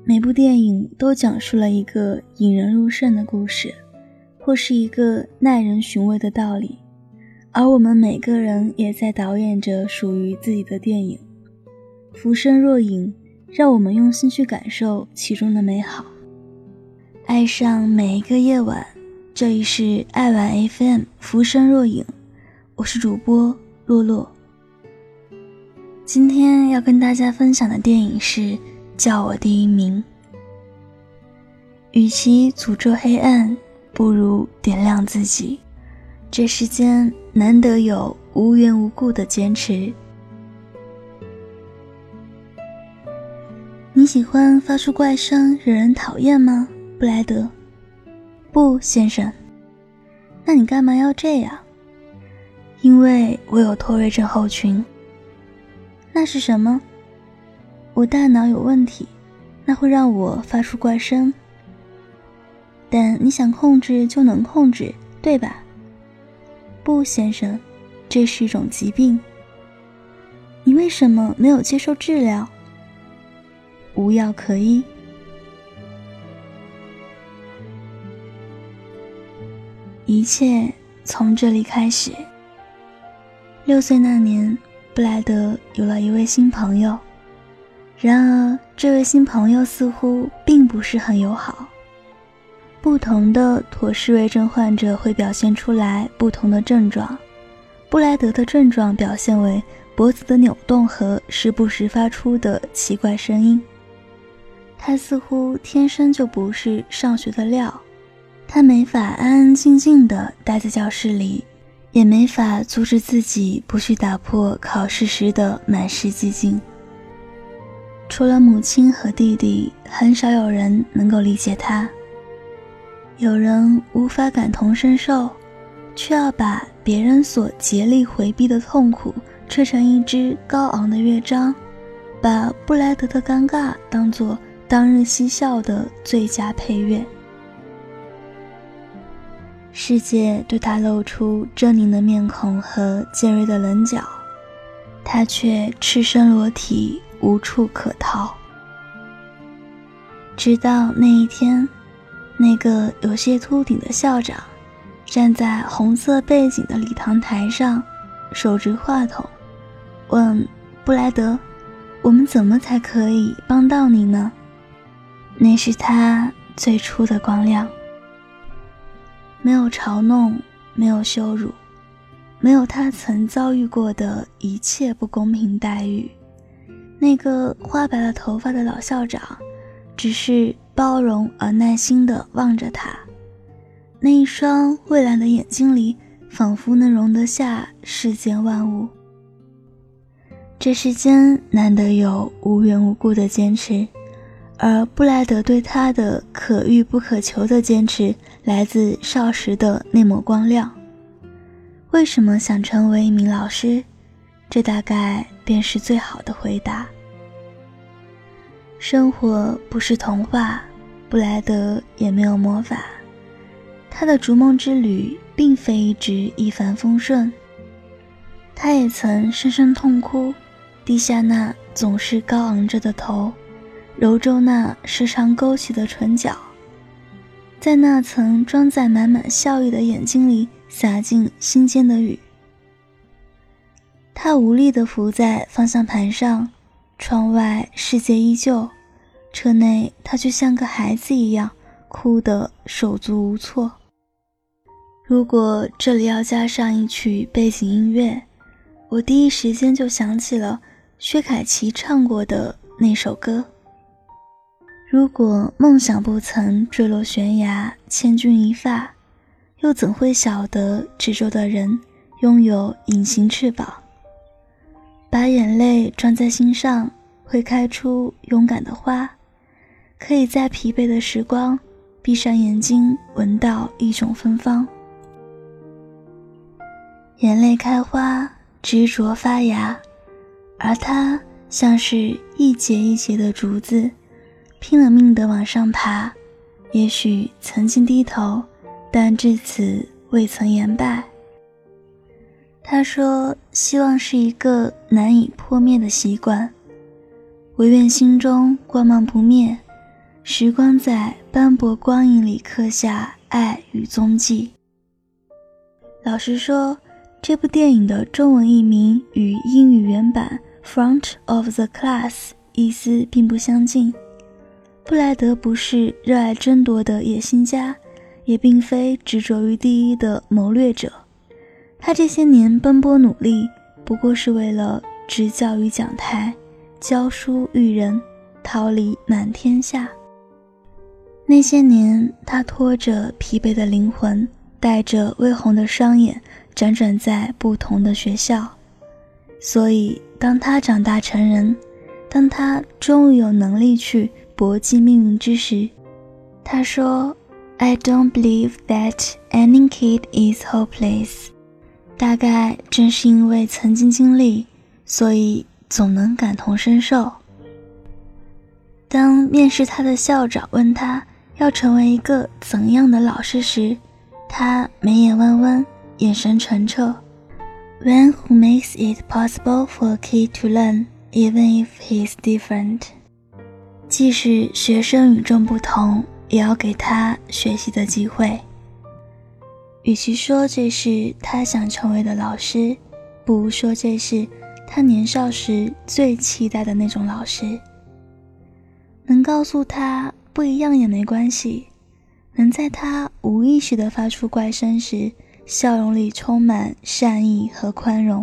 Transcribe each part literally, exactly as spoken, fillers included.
每部电影都讲述了一个引人入胜的故事，或是一个耐人寻味的道理，而我们每个人也在导演着属于自己的电影。浮生若影，让我们用心去感受其中的美好，爱上每一个夜晚。这里是爱玩 F M 浮生若影，我是主播洛洛。今天要跟大家分享的电影是叫我第一名。与其诅咒黑暗，不如点亮自己。这世间难得有无缘无故的坚持。你喜欢发出怪声惹人讨厌吗，布莱德？不，先生。那你干嘛要这样？因为我有妥瑞症候群。那是什么？我大脑有问题，那会让我发出怪声。但你想控制就能控制，对吧？不，先生，这是一种疾病。你为什么没有接受治疗？无药可医。一切从这里开始。六岁那年，布莱德有了一位新朋友，然而这位新朋友似乎并不是很友好。不同的妥氏瑞症患者会表现出来不同的症状，布莱德的症状表现为脖子的扭动和时不时发出的奇怪声音。他似乎天生就不是上学的料，他没法安安静静地待在教室里，也没法阻止自己不去打破考试时的满室寂静。除了母亲和弟弟，很少有人能够理解他。有人无法感同身受，却要把别人所竭力回避的痛苦吹成一支高昂的乐章，把布莱德的尴尬当作当日嬉笑的最佳配乐。世界对他露出狰狞的面孔和尖锐的棱角，他却赤身裸体，无处可逃。直到那一天，那个有些秃顶的校长站在红色背景的礼堂台上，手执话筒，问布莱德，我们怎么才可以帮到你呢？那是他最初的光亮。没有嘲弄，没有羞辱，没有他曾遭遇过的一切不公平待遇。那个花白了头发的老校长只是包容而耐心地望着他，那一双蔚蓝的眼睛里仿佛能容得下世间万物。这世间难得有无缘无故的坚持，而布莱德对他的可遇不可求的坚持来自少时的那抹光亮。为什么想成为一名老师？这大概便是最好的回答。生活不是童话，布莱德也没有魔法。他的逐梦之旅并非一直一帆风顺，他也曾深深痛哭，低下那总是高昂着的头，揉皱那时常勾起的唇角，在那层装载满满笑意的眼睛里洒进心间的雨。他无力地伏在方向盘上，窗外世界依旧，车内他却像个孩子一样哭得手足无措。如果这里要加上一曲背景音乐，我第一时间就想起了薛凯琪唱过的那首歌。如果梦想不曾坠落悬崖，千钧一发，又怎会晓得执着的人拥有隐形翅膀？把眼泪装在心上，会开出勇敢的花，可以在疲惫的时光闭上眼睛，闻到一种芬芳。眼泪开花，执着发芽，而它像是一节一节的竹子，拼了命地往上爬，也许曾经低头，但至此未曾言败。他说希望是一个难以破灭的习惯，唯愿心中光芒不灭， 时光在斑驳光影里刻下爱与踪迹。老实说，这部电影的中文译名与英语原版 Front of the Class 意思并不相近。布莱德不是热爱争夺的野心家，也并非执着于第一的谋略者。他这些年奔波努力，不过是为了执教于讲台，教书育人，桃李满天下。那些年，他拖着疲惫的灵魂，带着微红的双眼，辗转在不同的学校。所以当他长大成人，当他终于有能力去搏击命运之时，他说 I don't believe that any kid is hopeless。 大概正是因为曾经经历，所以总能感同身受。当面试他的校长问他要成为一个怎样的老师时，他眉眼弯弯，眼神澄澈。 One who makes it possible for a kid to learn, even if he's different。 即使学生与众不同，也要给他学习的机会。与其说这是他想成为的老师，不如说这是他年少时最期待的那种老师。能告诉他不一样也没关系，能在他无意识地发出怪声时，笑容里充满善意和宽容。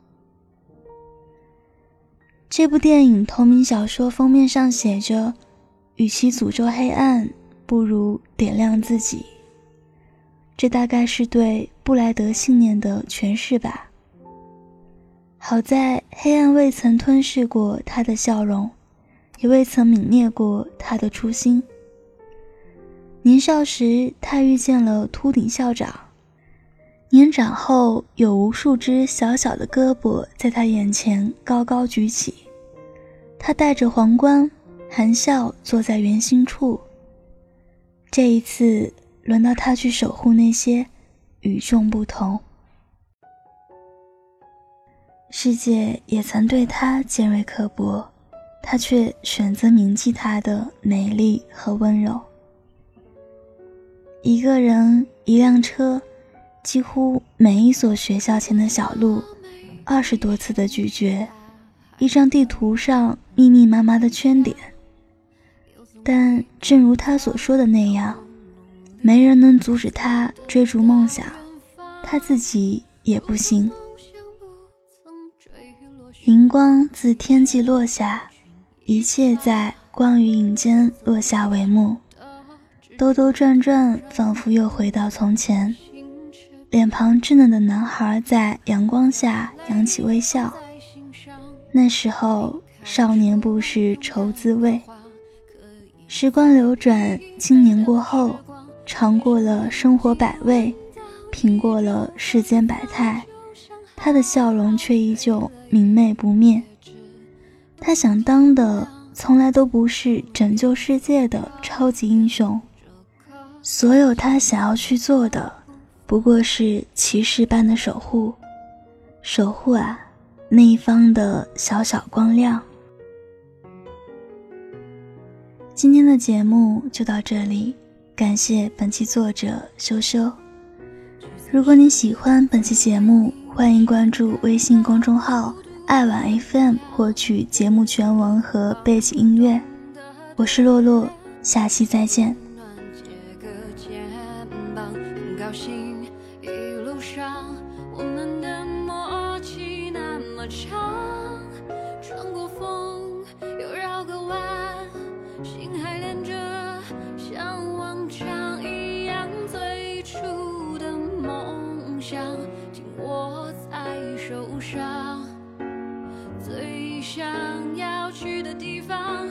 这部电影同名小说封面上写着，与其诅咒黑暗，不如点亮自己。这大概是对布莱德信念的诠释吧。好在黑暗未曾吞噬过他的笑容，也未曾泯灭过他的初心。年少时他遇见了秃顶校长，年长后有无数只小小的胳膊在他眼前高高举起，他戴着皇冠，含笑坐在圆心处。这一次轮到他去守护那些与众不同。世界也曾对他尖锐刻薄，他却选择铭记他的美丽和温柔。一个人，一辆车，几乎每一所学校前的小路，二十多次的拒绝，一张地图上密密麻麻的圈点。但正如他所说的那样，没人能阻止他追逐梦想，他自己也不行。荧光自天际落下，一切在光与影间落下帷幕。兜兜转转，仿佛又回到从前。脸庞稚嫩的男孩在阳光下扬起微笑。那时候，少年不识愁滋味。时光流转，经年过后，尝过了生活百味，品过了世间百态，他的笑容却依旧明媚不灭。他想当的从来都不是拯救世界的超级英雄，所有他想要去做的不过是骑士般的守护，守护啊，那一方的小小光亮。今天的节目就到这里，感谢本期作者修修。如果你喜欢本期节目，欢迎关注微信公众号爱晚 F M 获取节目全文和背景音乐。我是洛洛，下期再见。 很高兴一路上我们的默契那么长，穿过风又绕个弯，心还连着，像往常一样，最初的梦想紧握在手上，最想要去的地方